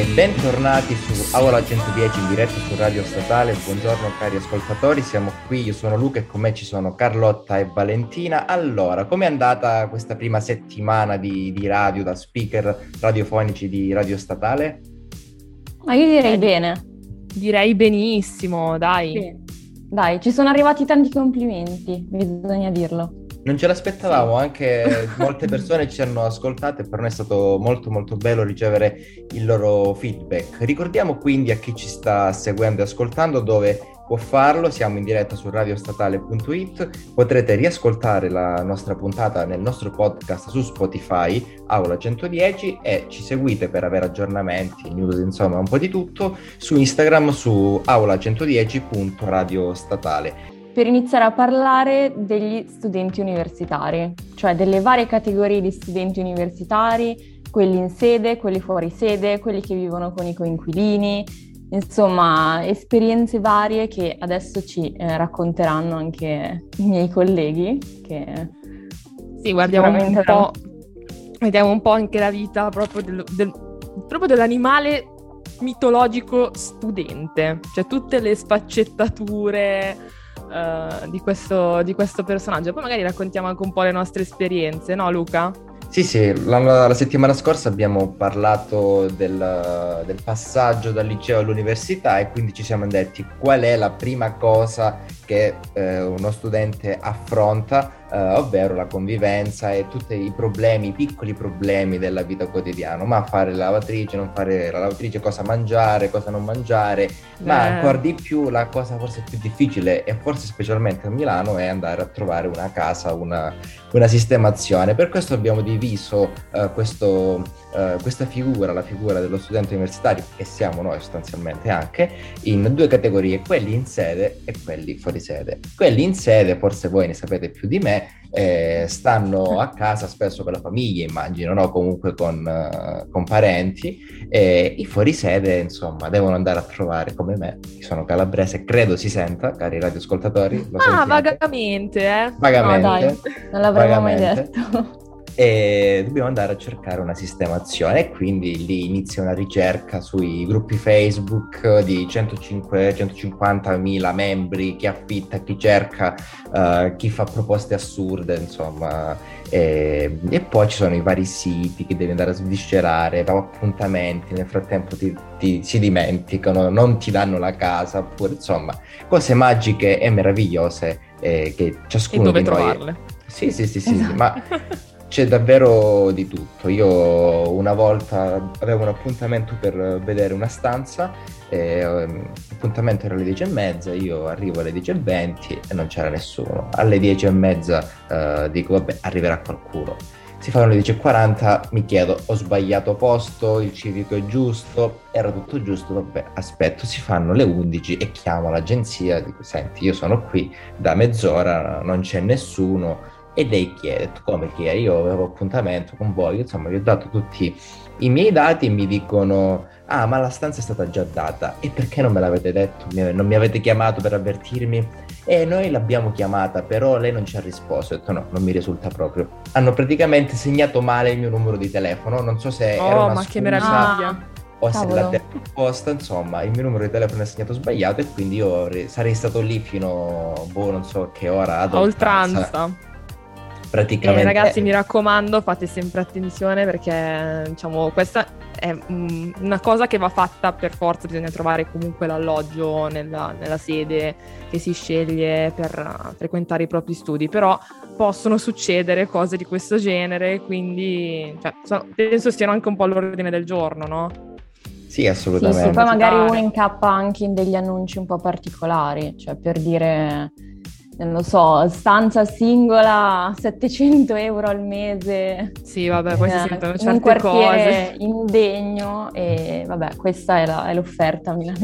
Bentornati su Aula 110 in diretta su Radio Statale. Buongiorno cari ascoltatori, siamo qui, io sono Luca e con me ci sono Carlotta e Valentina. Allora, com'è andata questa prima settimana di radio da speaker radiofonici di Radio Statale? Ma io direi bene. Direi benissimo, dai. Sì. Dai, ci sono arrivati tanti complimenti, bisogna dirlo. Non ce l'aspettavamo, anche molte persone ci hanno ascoltate, per noi è stato molto molto bello ricevere il loro feedback. Ricordiamo quindi a chi ci sta seguendo e ascoltando dove può farlo, siamo in diretta su radiostatale.it, potrete riascoltare la nostra puntata nel nostro podcast su Spotify, Aula 110, e ci seguite per avere aggiornamenti, news, insomma un po' di tutto, su Instagram su aula110.radiostatale. Per iniziare a parlare degli studenti universitari, cioè delle varie categorie di studenti universitari, quelli in sede, quelli fuori sede, quelli che vivono con i coinquilini, insomma esperienze varie che adesso ci racconteranno anche i miei colleghi. Che sì, guardiamo vediamo un po' anche la vita proprio proprio dell'animale mitologico studente, cioè tutte le sfaccettature di questo personaggio. Poi magari raccontiamo anche un po' le nostre esperienze, no Luca? Sì, la settimana scorsa abbiamo parlato del passaggio dal liceo all'università e quindi ci siamo detti qual è la prima cosa che uno studente affronta, ovvero la convivenza e tutti i problemi, i piccoli problemi della vita quotidiana, ma fare la lavatrice, non fare la lavatrice, cosa mangiare, cosa non mangiare, ma ancora di più la cosa forse più difficile e forse specialmente a Milano è andare a trovare una casa, una sistemazione. Per questo abbiamo diviso questa figura, la figura dello studente universitario, che siamo noi sostanzialmente anche, in due categorie, quelli in sede e quelli fuori sede. Quelli in sede, forse voi ne sapete più di me, stanno a casa spesso con la famiglia, immagino, no? Comunque con parenti, e i fuori sede, insomma, devono andare a trovare, come me, che sono calabrese, credo si senta, cari radioascoltatori. Vagamente. Vagamente. No, dai, non l'avremmo mai detto. E dobbiamo andare a cercare una sistemazione e quindi lì inizia una ricerca sui gruppi Facebook di 150.000 membri, chi affitta, chi cerca, chi fa proposte assurde, insomma, e poi ci sono i vari siti che devi andare a sviscerare, appuntamenti, nel frattempo si dimenticano, non ti danno la casa, oppure insomma cose magiche e meravigliose che ciascuno di noi... trovarle? Sì, ma... C'è davvero di tutto. Io una volta avevo un appuntamento per vedere una stanza, l'appuntamento era alle 10:30, io arrivo alle 10:20 e non c'era nessuno. Alle 10:30 dico vabbè, arriverà qualcuno. Si fanno le 10:40, mi chiedo, ho sbagliato posto, il civico è giusto, era tutto giusto, vabbè, aspetto, si fanno le 11 e chiamo l'agenzia, dico senti, io sono qui da mezz'ora, non c'è nessuno. E lei chiede, come chi è? Io avevo appuntamento con voi, insomma vi ho dato tutti i miei dati e mi dicono ma la stanza è stata già data, e perché non me l'avete detto? Non mi avete chiamato per avvertirmi? Noi l'abbiamo chiamata, però lei non ci ha risposto. Ho detto no, non mi risulta proprio. Hanno praticamente segnato male il mio numero di telefono, non so se era una scusa, che meraviglia! O se l'ha apposta, insomma il mio numero di telefono è segnato sbagliato e quindi io sarei stato lì fino, non so che ora, ad oltranza. Praticamente. Ragazzi, mi raccomando, fate sempre attenzione perché diciamo questa è una cosa che va fatta per forza, bisogna trovare comunque l'alloggio nella sede che si sceglie per frequentare i propri studi, però possono succedere cose di questo genere, quindi penso siano anche un po' all'ordine del giorno, no? Sì, assolutamente. Sì, poi magari uno incappa anche in degli annunci un po' particolari, cioè per dire... non lo so, stanza singola, 700 euro al mese. Sì, vabbè, poi si sentono certe un quartiere cose. indegno e vabbè, questa è l'offerta milanese.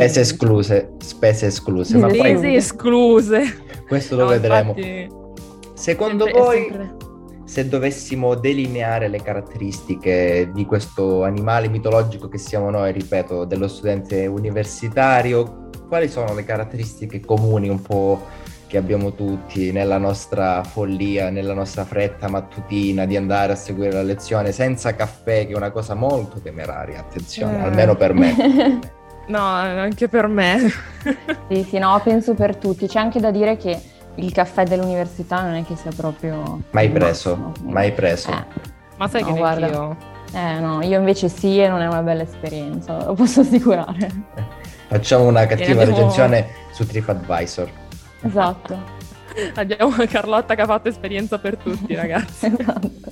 Spese escluse. Ma poi escluse. Questo lo vedremo. Infatti, secondo voi, se dovessimo delineare le caratteristiche di questo animale mitologico che siamo noi, ripeto, dello studente universitario, quali sono le caratteristiche comuni un po' che abbiamo tutti nella nostra follia, nella nostra fretta mattutina di andare a seguire la lezione senza caffè, che è una cosa molto temeraria, attenzione, almeno per me. No, anche per me. Sì, no, penso per tutti. C'è anche da dire che il caffè dell'università non è che sia proprio Mai il preso, massimo. mai preso. Ma sai No, che guarda. neanch'io. No, io invece sì, e non è una bella esperienza, lo posso assicurare. Facciamo una cattiva abbiamo- recensione su TripAdvisor. Esatto. Abbiamo Carlotta che ha fatto esperienza per tutti, ragazzi. Esatto.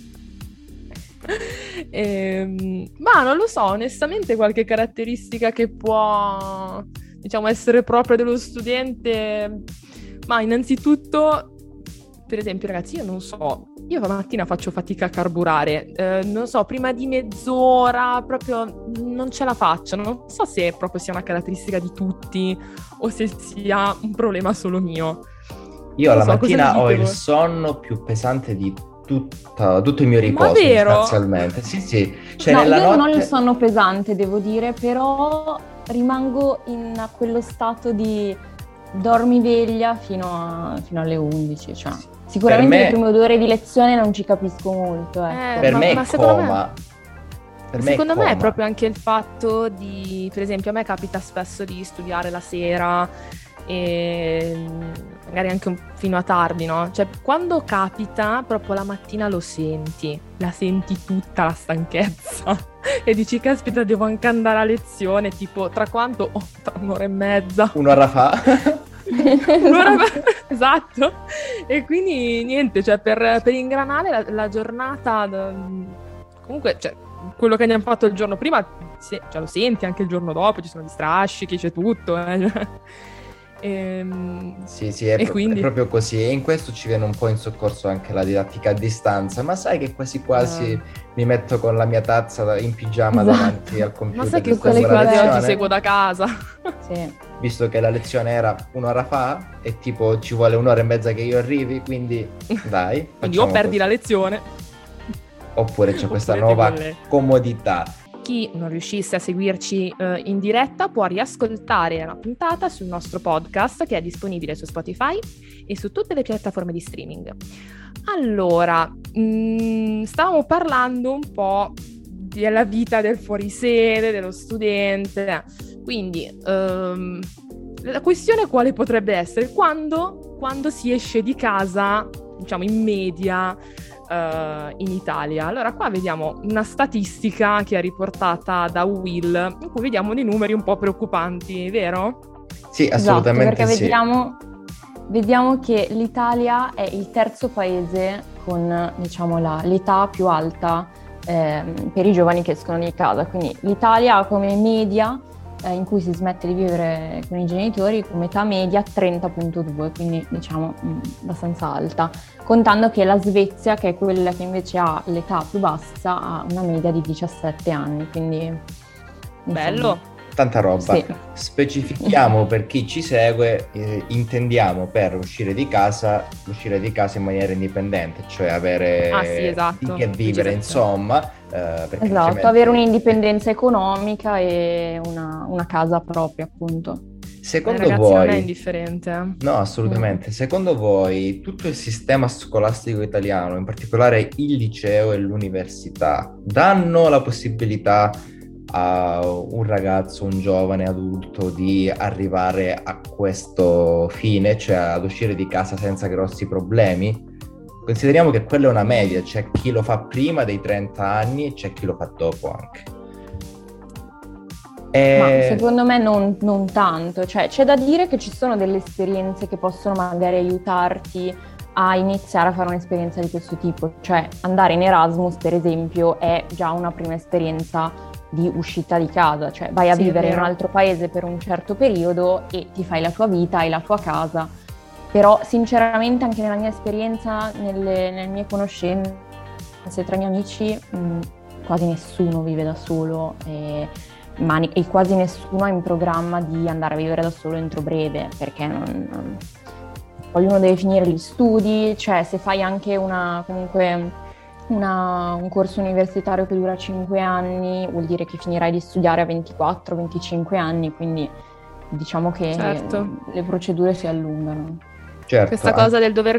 Ma non lo so, onestamente qualche caratteristica che può, diciamo, essere propria dello studente. Ma innanzitutto, per esempio, ragazzi, io non so, io la mattina faccio fatica a carburare, non so, prima di mezz'ora proprio non ce la faccio, non so se proprio sia una caratteristica di tutti o se sia un problema solo mio. Io Non alla so, cosa mattina ne ho dite il voi? sonno più pesante di tutto il mio riposo, vero? sostanzialmente. Sì. Cioè, No, nella io non ho il notte... sonno pesante, devo dire, però rimango in quello stato di dormiveglia fino alle 11, cioè. Sicuramente Per me- le prime 2 ore di lezione non ci capisco molto, ecco. Per me ma è secondo me- coma. Per me Secondo me è coma. proprio anche il fatto di, per esempio, a me capita spesso di studiare la sera e magari anche fino a tardi, no? Cioè, quando capita, proprio la mattina lo senti, la senti tutta la stanchezza e dici, caspita, devo anche andare a lezione, tipo, tra quanto? Oh, tra un'ora e mezza. Un'ora fa. Esatto, e quindi niente, cioè per ingranare la giornata, comunque, cioè, quello che abbiamo fatto il giorno prima, cioè, lo senti anche il giorno dopo, ci sono gli strascichi, c'è tutto. Sì, è, E quindi? è proprio così. E in questo ci viene un po' in soccorso anche la didattica a distanza. Ma sai che quasi quasi mi metto con la mia tazza in pigiama Esatto. davanti al computer. Ma sai che tutte quasi le quasi cose- oggi seguo da casa? Sì. Visto che la lezione era un'ora fa e tipo ci vuole un'ora e mezza che io arrivi, quindi dai, Quindi o facciamo perdi così. la lezione. Oppure c'è questa Oppure ti nuova bolle. comodità. Chi non riuscisse a seguirci in diretta può riascoltare la puntata sul nostro podcast che è disponibile su Spotify e su tutte le piattaforme di streaming. Allora, stavamo parlando un po' della vita del fuorisede, dello studente. Quindi, la questione quale potrebbe essere? Quando si esce di casa, diciamo in media, in Italia. Allora qua vediamo una statistica che è riportata da Will, in cui vediamo dei numeri un po' preoccupanti, vero? Sì, Esatto, assolutamente perché sì. vediamo che l'Italia è il terzo paese con, diciamo, l'età più alta per i giovani che escono di casa. Quindi l'Italia ha come media in cui si smette di vivere con i genitori come età media 30,2, quindi diciamo abbastanza alta, contando che la Svezia, che è quella che invece ha l'età più bassa, ha una media di 17 anni, quindi insomma, Bello. Tanta roba. Sì. Specifichiamo per chi ci segue, intendiamo per uscire di casa in maniera indipendente, cioè avere Sì, esatto. di che vivere, insomma. Perché Esatto, altrimenti- avere un'indipendenza economica e una casa propria, appunto. Secondo Ragazzi, voi... non è indifferente. No, assolutamente. Secondo voi tutto il sistema scolastico italiano, in particolare il liceo e l'università, danno la possibilità a un ragazzo, un giovane adulto di arrivare a questo fine, cioè ad uscire di casa senza grossi problemi? Consideriamo che quella è una media, c'è chi lo fa prima dei 30 anni e c'è chi lo fa dopo anche. Ma secondo me non tanto, cioè c'è da dire che ci sono delle esperienze che possono magari aiutarti a iniziare a fare un'esperienza di questo tipo, cioè andare in Erasmus per esempio è già una prima esperienza di uscita di casa, cioè vai a Sì, è vivere in un vero. altro paese per un certo periodo e ti fai la tua vita, hai la tua casa, però sinceramente anche nella mia esperienza, nelle mie conoscenze, tra i miei amici, quasi nessuno vive da solo e quasi nessuno ha in programma di andare a vivere da solo entro breve, perché poi uno deve finire gli studi, cioè se fai anche un corso universitario che dura 5 anni, vuol dire che finirai di studiare a 24-25 anni, quindi diciamo che Certo. le procedure si allungano. Certo, Questa cosa del dover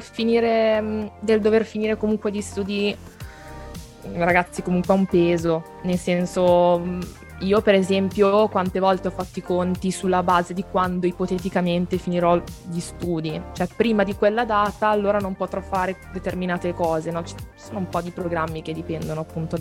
finire comunque gli studi, ragazzi, comunque ha un peso, nel senso, io per esempio quante volte ho fatto i conti sulla base di quando ipoteticamente finirò gli studi, cioè prima di quella data allora non potrò fare determinate cose, no? Ci sono un po' di programmi che dipendono appunto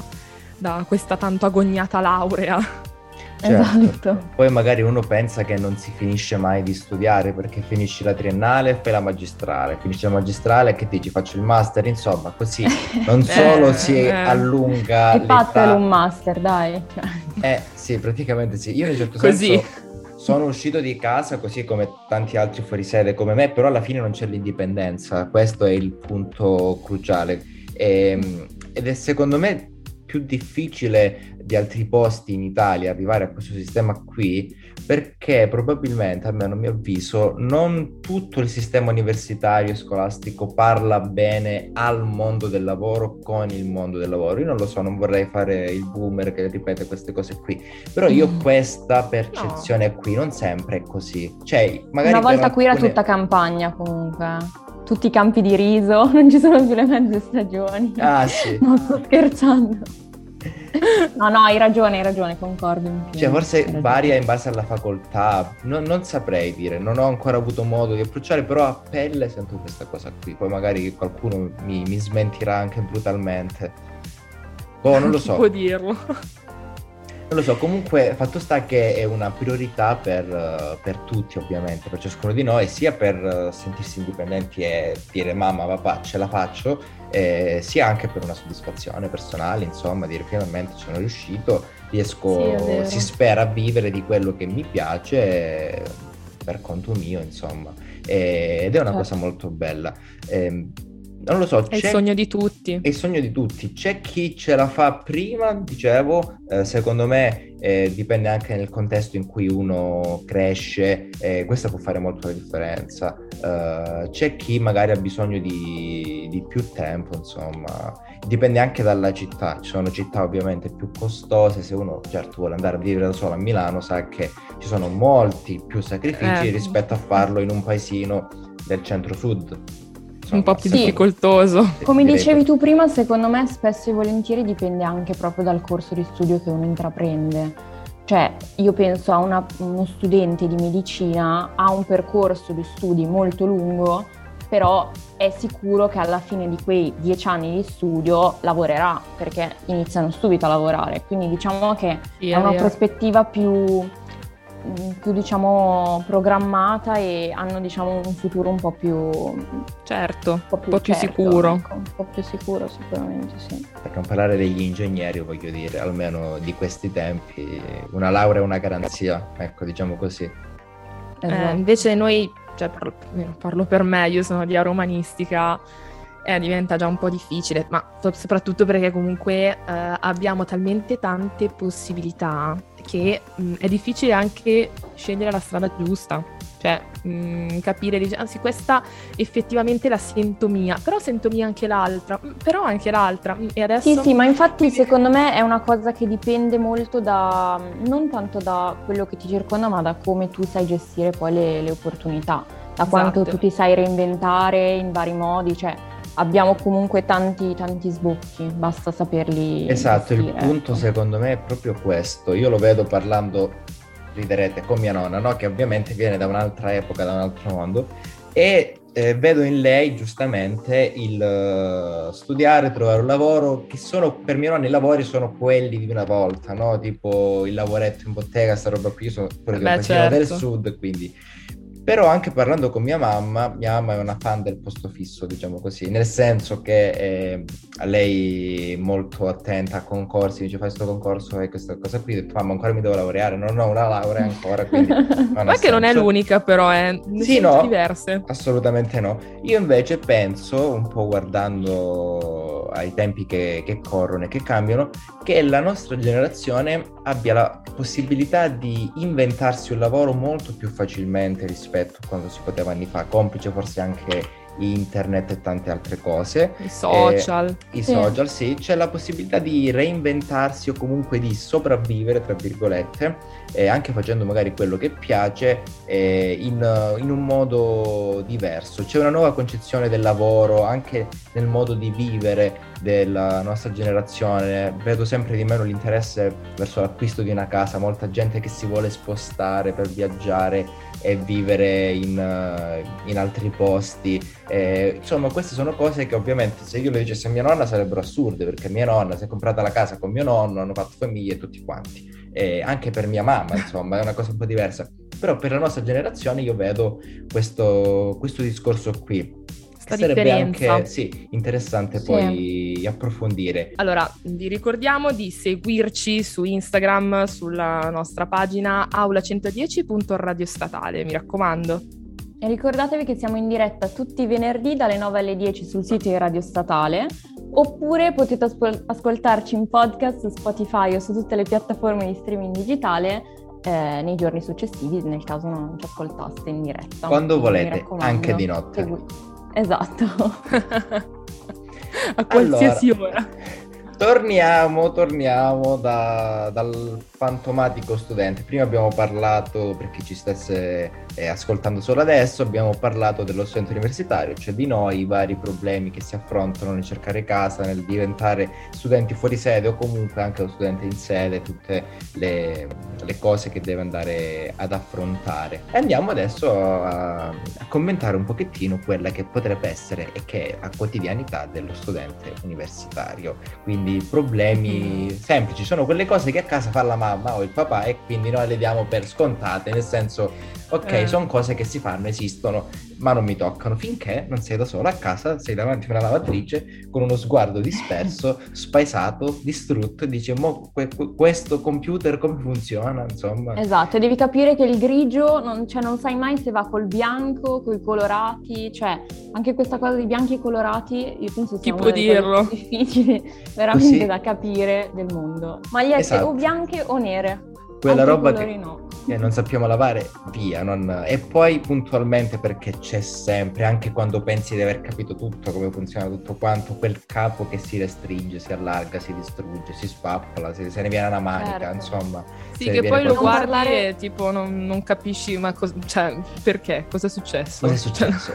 da questa tanto agognata laurea. certo. Esatto. Poi magari uno pensa che non si finisce mai di studiare perché finisci la triennale e fai la magistrale, finisci la magistrale e che dici faccio il master, insomma, così non solo si allunga Hai fatto l'età. un master, dai. Sì, praticamente sì. Io in un certo Così. senso sono uscito di casa così come tanti altri fuorisede come me, però alla fine non c'è l'indipendenza, questo è il punto cruciale. Ed è secondo me più difficile di altri posti in Italia arrivare a questo sistema qui, perché probabilmente, almeno a mio avviso, non tutto il sistema universitario e scolastico parla bene al mondo del lavoro con il mondo del lavoro. Io non lo so, non vorrei fare il boomer che ripete queste cose qui, però io ho questa percezione qui, non sempre è così. Cioè, magari Una volta per qui era alcune- tutta campagna comunque. Tutti i campi di riso, non ci sono più le mezze stagioni. Ah, sì. No, sto scherzando. No, hai ragione, concordo. Cioè, forse Hai ragione. varia in base alla facoltà, non saprei dire, non ho ancora avuto modo di approcciare, però a pelle sento questa cosa qui, poi magari qualcuno mi smentirà anche brutalmente. Boh, non lo Chi so. può dirlo? Non lo so, comunque fatto sta che è una priorità per tutti ovviamente, per ciascuno di noi, sia per sentirsi indipendenti e dire mamma, papà, ce la faccio, sia anche per una soddisfazione personale, insomma, dire finalmente ci sono riuscito, Sì, è riesco, vero. si spera a vivere di quello che mi piace per conto mio, insomma, ed è una Certo. cosa molto bella. Non lo so, È il sogno di tutti. è il sogno di tutti. C'è chi ce la fa prima, dicevo, secondo me dipende anche nel contesto in cui uno cresce, questa può fare molto la differenza. C'è chi magari ha bisogno di più tempo, insomma, dipende anche dalla città. Ci sono città ovviamente più costose, se uno certo vuole andare a vivere da solo a Milano sa che ci sono molti più sacrifici rispetto a farlo in un paesino del centro-sud. Un po' più Sì. difficoltoso. Come Direi dicevi tu prima, secondo me spesso e volentieri dipende anche proprio dal corso di studio che uno intraprende. Cioè, io penso a uno studente di medicina, ha un percorso di studi molto lungo, però è sicuro che alla fine di quei 10 anni di studio lavorerà, perché iniziano subito a lavorare. Quindi diciamo che Sì, è una vero. prospettiva più diciamo programmata e hanno diciamo un futuro un po' più Certo, un po' più certo, sicuro. ecco, un po' più sicuro sicuramente, sì. Per non parlare degli ingegneri, voglio dire, almeno di questi tempi, una laurea è una garanzia, ecco, diciamo così. Esatto. Invece noi, cioè parlo per me, io sono di aromanistica, diventa già un po' difficile, ma soprattutto perché comunque abbiamo talmente tante possibilità che è difficile anche scegliere la strada giusta, cioè capire, anzi questa effettivamente la sento mia, però sento mia anche l'altra, però anche l'altra, e adesso... Sì, ma infatti secondo me è una cosa che dipende molto non tanto da quello che ti circonda, ma da come tu sai gestire poi le opportunità, da quanto Esatto. tu ti sai reinventare in vari modi, cioè abbiamo comunque tanti sbocchi, basta saperli Esatto, gestire, il punto ecco. secondo me è proprio questo. Io lo vedo parlando, riderete, con mia nonna, no? Che ovviamente viene da un'altra epoca, da un altro mondo, e vedo in lei giustamente il studiare, trovare un lavoro, che sono, per mia nonna i lavori sono quelli di una volta, no? Tipo il lavoretto in bottega, sta roba qui, io sono pure di un paesino del certo. sud, quindi... Però anche parlando con mia mamma è una fan del posto fisso, diciamo così, nel senso che a lei è molto attenta a concorsi, dice fai questo concorso e questa cosa qui, ho detto mamma ancora mi devo laureare, non ho una laurea ancora, quindi non ha Ma che non è senso. l'unica però, ne Sì, sono no, diverse. assolutamente no. Io invece penso, un po' guardando ai tempi che corrono e che cambiano, che la nostra generazione abbia la possibilità di inventarsi un lavoro molto più facilmente rispetto a quando si poteva anni fa, complice forse anche internet e tante altre cose. I social. I social, sì, c'è la possibilità di reinventarsi o comunque di sopravvivere, tra virgolette, anche facendo magari quello che piace in un modo diverso. C'è una nuova concezione del lavoro, anche nel modo di vivere della nostra generazione. Vedo sempre di meno l'interesse verso l'acquisto di una casa, molta gente che si vuole spostare per viaggiare e vivere in altri posti. Insomma, queste sono cose che ovviamente se io le dicessi a mia nonna sarebbero assurde, perché mia nonna si è comprata la casa con mio nonno, hanno fatto famiglia e tutti quanti. Anche per mia mamma, insomma, è una cosa un po' diversa. Però per la nostra generazione io vedo questo discorso qui. Sarebbe differenza. anche interessante poi approfondire. Allora, vi ricordiamo di seguirci su Instagram, sulla nostra pagina aula110.radiostatale, mi raccomando. E ricordatevi che siamo in diretta tutti i venerdì dalle 9 alle 10 sul sito di Radio Statale, oppure potete ascoltarci in podcast su Spotify o su tutte le piattaforme di streaming digitale nei giorni successivi, nel caso non ci ascoltaste in diretta. Quando volete, anche di notte. Esatto. A qualsiasi ora. Torniamo dal fantomatico studente. Prima abbiamo parlato, per chi ci stesse ascoltando solo adesso, abbiamo parlato dello studente universitario, cioè di noi, i vari problemi che si affrontano nel cercare casa, nel diventare studenti fuori sede o comunque anche lo studente in sede, tutte le cose che deve andare ad affrontare. E andiamo adesso a commentare un pochettino quella che potrebbe essere e che è la quotidianità dello studente universitario. Quindi problemi semplici, sono quelle cose che a casa fa la mamma o il papà e quindi noi le diamo per scontate, nel senso, ok, sono cose che si fanno, esistono, ma non mi toccano, finché non sei da sola a casa, sei davanti a una lavatrice con uno sguardo disperso, spaesato, distrutto e dici, mo questo computer come funziona, insomma. Esatto, e devi capire che il grigio, non sai mai se va col bianco, coi colorati, cioè anche questa cosa di bianchi e colorati, io penso sia una delle cose più difficili veramente da capire del mondo. Magliette o bianche o nere. Quella altri roba colori no. Che non sappiamo lavare, via. E poi puntualmente, perché c'è sempre, anche quando pensi di aver capito tutto, come funziona tutto quanto, quel capo che si restringe, si allarga, si distrugge, si spappola, se ne viene una manica, insomma. Sì, che poi lo guardi e tipo non capisci cioè, perché? Cosa è successo? Cosa è successo?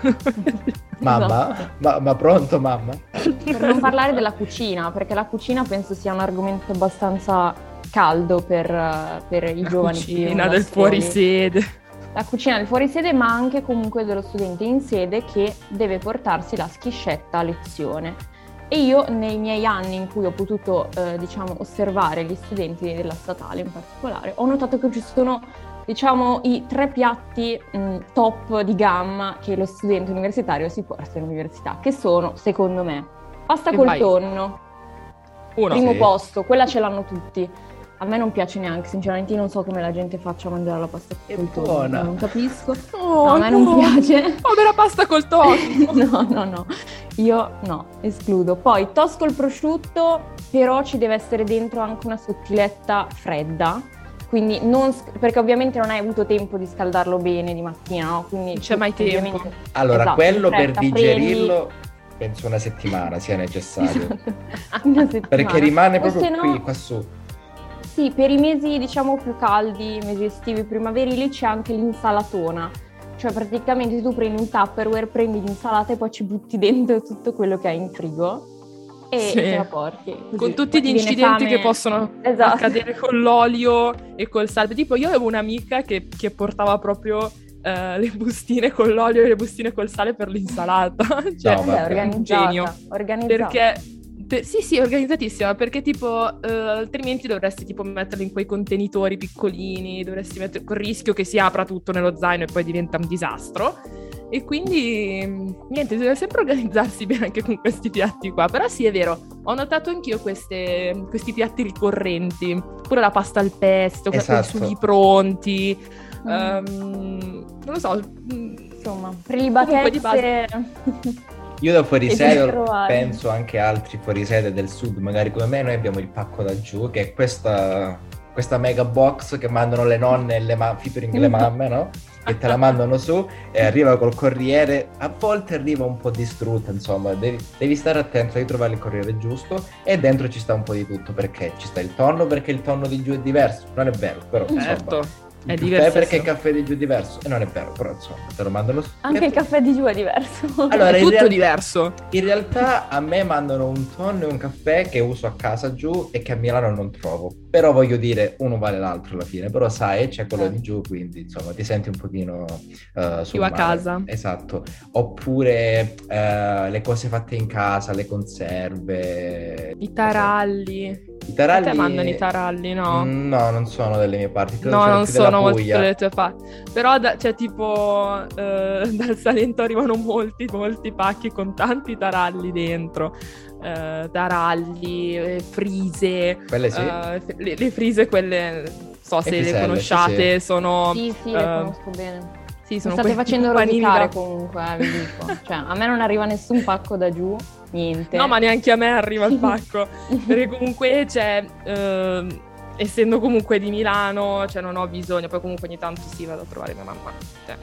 Mamma? Ma pronto, mamma? Per non parlare della cucina, perché la cucina penso sia un argomento abbastanza caldo per i giovani. La cucina del fuorisede. La cucina del fuorisede, ma anche comunque dello studente in sede che deve portarsi la schiscetta a lezione. E io nei miei anni in cui ho potuto osservare gli studenti della statale in particolare, ho notato che ci sono i 3 piatti top di gamma che lo studente universitario si porta in università, che sono, secondo me, pasta col tonno, primo posto, quella ce l'hanno tutti. A me non piace neanche, sinceramente, io non so come la gente faccia a mangiare la pasta col tonno. Non capisco. A me non piace. Povera pasta col tonno! No. Io no, escludo. Poi toast col prosciutto, però ci deve essere dentro anche una sottiletta fredda. Quindi perché ovviamente non hai avuto tempo di scaldarlo bene di mattina, no? Quindi non c'è mai tempo. Allora, esatto, quello per digerirlo penso una settimana sia necessario. Una settimana. Perché rimane proprio qua su. Sì, per i mesi più caldi, i mesi estivi, primaverili, c'è anche l'insalatona. Cioè praticamente tu prendi un Tupperware, prendi l'insalata e poi ci butti dentro tutto quello che hai in frigo e te la porti. Così. Con tutti gli incidenti che possono accadere con l'olio e col sale. Tipo io avevo un'amica che portava proprio le bustine con l'olio e le bustine col sale per l'insalata. Cioè, è un genio. Organizzata. Sì, organizzatissima, perché tipo altrimenti dovresti tipo metterli in quei contenitori piccolini, dovresti mettere col rischio che si apra tutto nello zaino e poi diventa un disastro. E quindi niente, deve sempre organizzarsi bene anche con questi piatti qua. Però sì, è vero, ho notato anch'io questi piatti ricorrenti, pure la pasta al pesto, con i sughi pronti. Non lo so, insomma, prelibatezze. Io da fuorisede penso anche a altri fuorisede del sud, magari come me. Noi abbiamo il pacco da giù, che è questa mega box che mandano le nonne e featuring le mamme, no? che te la mandano su e arriva col corriere, a volte arriva un po' distrutta, insomma, devi stare attento a trovare il corriere giusto e dentro ci sta un po' di tutto, perché ci sta il tonno, perché il tonno di giù è diverso, non è vero, però insomma... È Il caffè diverso perché il caffè di giù è diverso e non è vero, però insomma te lo mandano su. Anche il caffè di giù è diverso. Allora, è tutto diverso. In realtà a me mandano un tonno e un caffè che uso a casa giù e che a Milano non trovo. Però voglio dire, uno vale l'altro alla fine. Però sai, c'è quello di giù, quindi insomma ti senti un pochino più a casa. Esatto. Oppure le cose fatte in casa, le conserve. I taralli. I taralli... A te mandano i taralli, no? No, non sono delle mie parti. Credo no, non sono molto Puglia. delle tue parti. Però cioè tipo dal Salento arrivano molti pacchi con tanti taralli dentro. Taralli, frise. Quelle sì. Le frise, quelle, so se le conosciate, sì. sono... Sì, le conosco bene. Sì, sono state facendo rosicare comunque, vi dico. Cioè, a me non arriva nessun pacco da giù, niente. No, ma neanche a me arriva il pacco. Perché comunque c'è... essendo comunque di Milano, cioè non ho bisogno, poi comunque ogni tanto sì, vado a trovare mia mamma.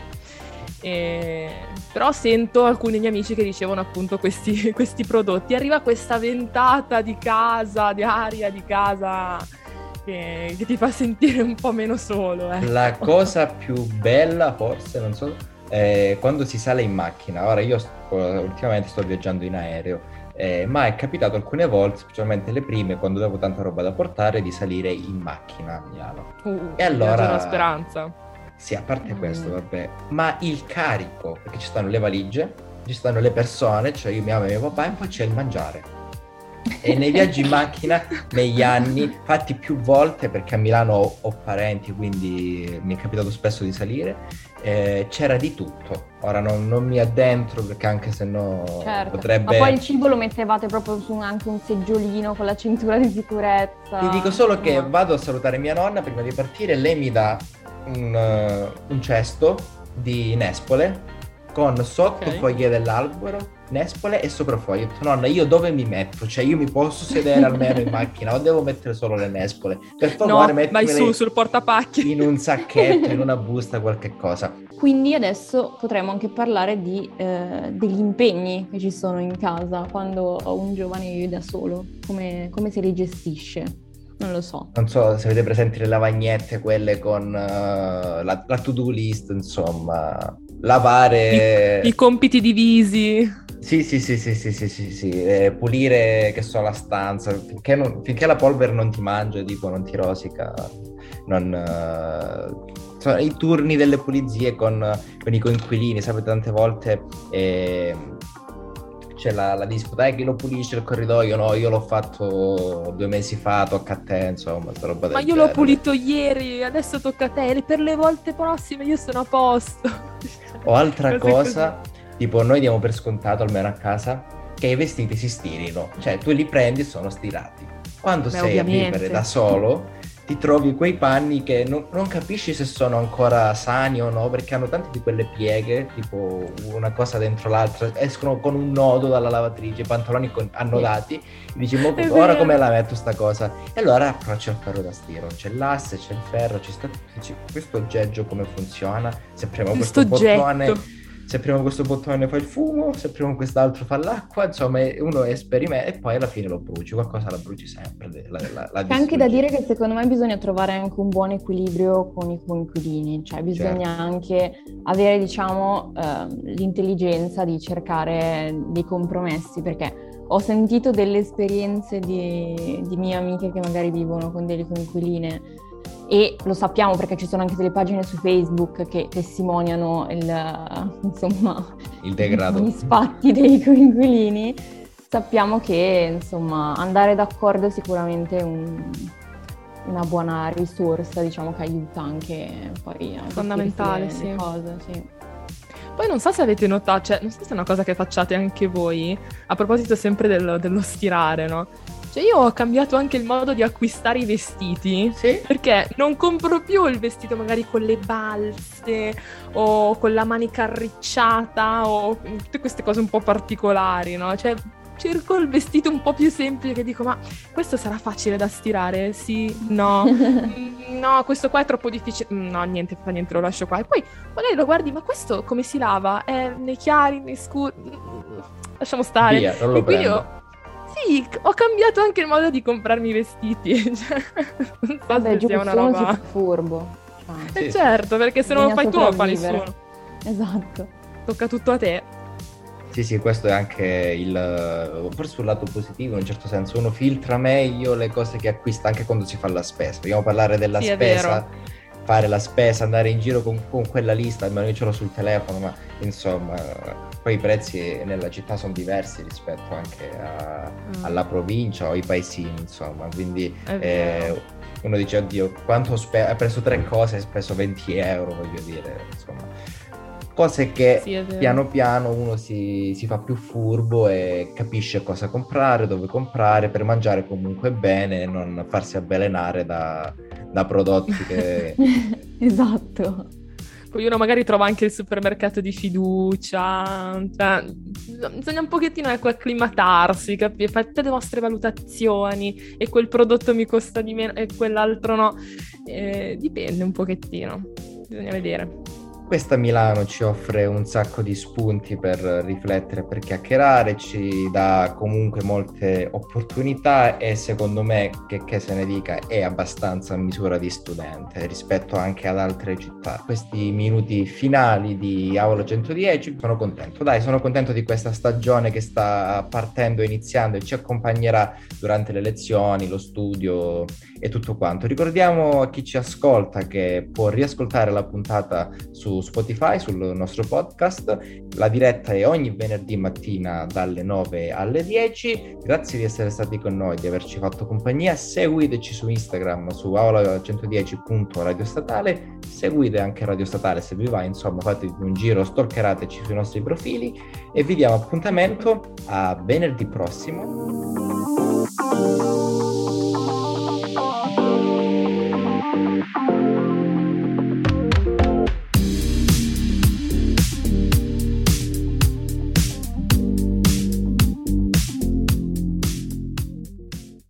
Però sento alcuni miei amici che dicevano appunto questi prodotti. Arriva questa ventata di casa, di aria di casa... Che ti fa sentire un po' meno solo. La cosa più bella, forse, non so, è quando si sale in macchina. Ora io ultimamente sto viaggiando in aereo, ma è capitato alcune volte, specialmente le prime, quando avevo tanta roba da portare, di salire in macchina a Milano. E allora... una speranza. Sì, a parte questo, vabbè. Ma il carico, perché ci stanno le valigie, ci stanno le persone, cioè io, mia mamma e mio papà, e poi c'è il mangiare. E nei viaggi in macchina, negli anni, fatti più volte, perché a Milano ho parenti, quindi mi è capitato spesso di salire, c'era di tutto. Ora non mi addentro, perché anche se no potrebbe... Ma poi il cibo lo mettevate proprio su anche un seggiolino con la cintura di sicurezza. Ti dico solo che vado a salutare mia nonna prima di partire, lei mi dà un cesto di nespole con sotto foglie dell'albero, nespole e sopra foglie. Ho detto, nonna, io dove mi metto? Cioè io mi posso sedere almeno in macchina o devo mettere solo le nespole? Per favore, vai su sul portapacchi. In un sacchetto, in una busta, qualche cosa. Quindi adesso potremmo anche parlare degli impegni che ci sono in casa quando un giovane vive da solo, come se li gestisce. Non lo so. Non so se avete presenti le lavagnette, quelle con la to-do list, insomma, lavare... I compiti divisi. Sì, pulire, che so, la stanza, finché la polvere non ti mangia, tipo, non ti rosica, i turni delle pulizie con i coinquilini, sapete, tante volte... c'è la disputa, chi lo pulisce il corridoio? No, io l'ho fatto 2 mesi fa, tocca a te, insomma, sta roba del Ma io genere. l'ho pulito ieri, adesso tocca a te, per le volte prossime io sono a posto. O altra cosa, tipo noi diamo per scontato, almeno a casa, che i vestiti si stirino, cioè tu li prendi e sono stirati. Quando sei ovviamente. a vivere da solo, ti trovi quei panni che non capisci se sono ancora sani o no, perché hanno tante di quelle pieghe, tipo una cosa dentro l'altra, escono con un nodo dalla lavatrice, i pantaloni annodati, e dici, ora come la metto sta cosa? E allora approccio al ferro da stiro, c'è l'asse, c'è il ferro, ci sta, dici, questo oggeggio come funziona? Se premo questo bottone... Se premo questo bottone fa il fumo, se premo quest'altro fa l'acqua, insomma uno esperimenta e poi alla fine lo bruci, qualcosa la bruci sempre. C'è anche da dire che secondo me bisogna trovare anche un buon equilibrio con i coinquilini, cioè bisogna anche avere, diciamo, l'intelligenza di cercare dei compromessi, perché ho sentito delle esperienze di mie amiche che magari vivono con delle coinquiline e lo sappiamo perché ci sono anche delle pagine su Facebook che testimoniano il degrado, gli sfatti dei coinquilini. Sappiamo che insomma andare d'accordo è sicuramente una buona risorsa, diciamo, che aiuta anche poi a fondamentale, le cose, sì. Poi non so se avete notato, cioè non so se è una cosa che facciate anche voi, a proposito sempre dello stirare, no? Cioè io ho cambiato anche il modo di acquistare i vestiti, sì? Perché non compro più il vestito magari con le balze o con la manica arricciata o tutte queste cose un po' particolari, no? Cioè cerco il vestito un po' più semplice, che dico, ma questo sarà facile da stirare? Sì, no, no, questo qua è troppo difficile, no, niente, fa niente, lo lascio qua. E poi magari lo guardi, ma questo come si lava? È nei chiari, nei scuri? Lasciamo stare. Via, non lo E quindi prendo. sì, ho cambiato anche il modo di comprarmi i vestiti. Cioè, non so Vabbè, se giusto, sia una uno si roba... fa furbo. Cioè, Sì, sì. certo, perché se non lo bisogna fai tu non lo fa sopravvivere. nessuno. Esatto. Tocca tutto a te. Sì, sì, questo è anche forse sul lato positivo, in un certo senso, uno filtra meglio le cose che acquista anche quando si fa la spesa. Vogliamo parlare della Sì, è spesa, vero. fare la spesa, andare in giro con quella lista, almeno io ce l'ho sul telefono, ma insomma, poi i prezzi nella città sono diversi rispetto anche alla provincia o ai paesini, insomma, quindi È vero. uno dice, oddio, quanto ha preso 3 cose, hai speso 20 euro, voglio dire, insomma. Cose che Sì, è vero. piano piano uno si fa più furbo e capisce cosa comprare, dove comprare, per mangiare comunque bene e non farsi avvelenare da prodotti che... Esatto. Poi uno magari trova anche il supermercato di fiducia, cioè, bisogna un pochettino acclimatarsi, fate le vostre valutazioni e quel prodotto mi costa di meno e quell'altro no. Dipende un pochettino, bisogna vedere. Questa Milano ci offre un sacco di spunti per riflettere, per chiacchierare, ci dà comunque molte opportunità e secondo me, che se ne dica, è abbastanza a misura di studente rispetto anche ad altre città. Questi minuti finali di Aula 110 sono contento di questa stagione che sta partendo, iniziando e ci accompagnerà durante le lezioni, lo studio e tutto quanto. Ricordiamo a chi ci ascolta che può riascoltare la puntata su Spotify, sul nostro podcast. La diretta è ogni venerdì mattina dalle 9 alle 10. Grazie di essere stati con noi, di averci fatto compagnia. Seguiteci su Instagram, su aula110.radiostatale. Seguite anche Radio Statale se vi va, insomma, fatevi un giro, stalkerateci sui nostri profili e vi diamo appuntamento a venerdì prossimo.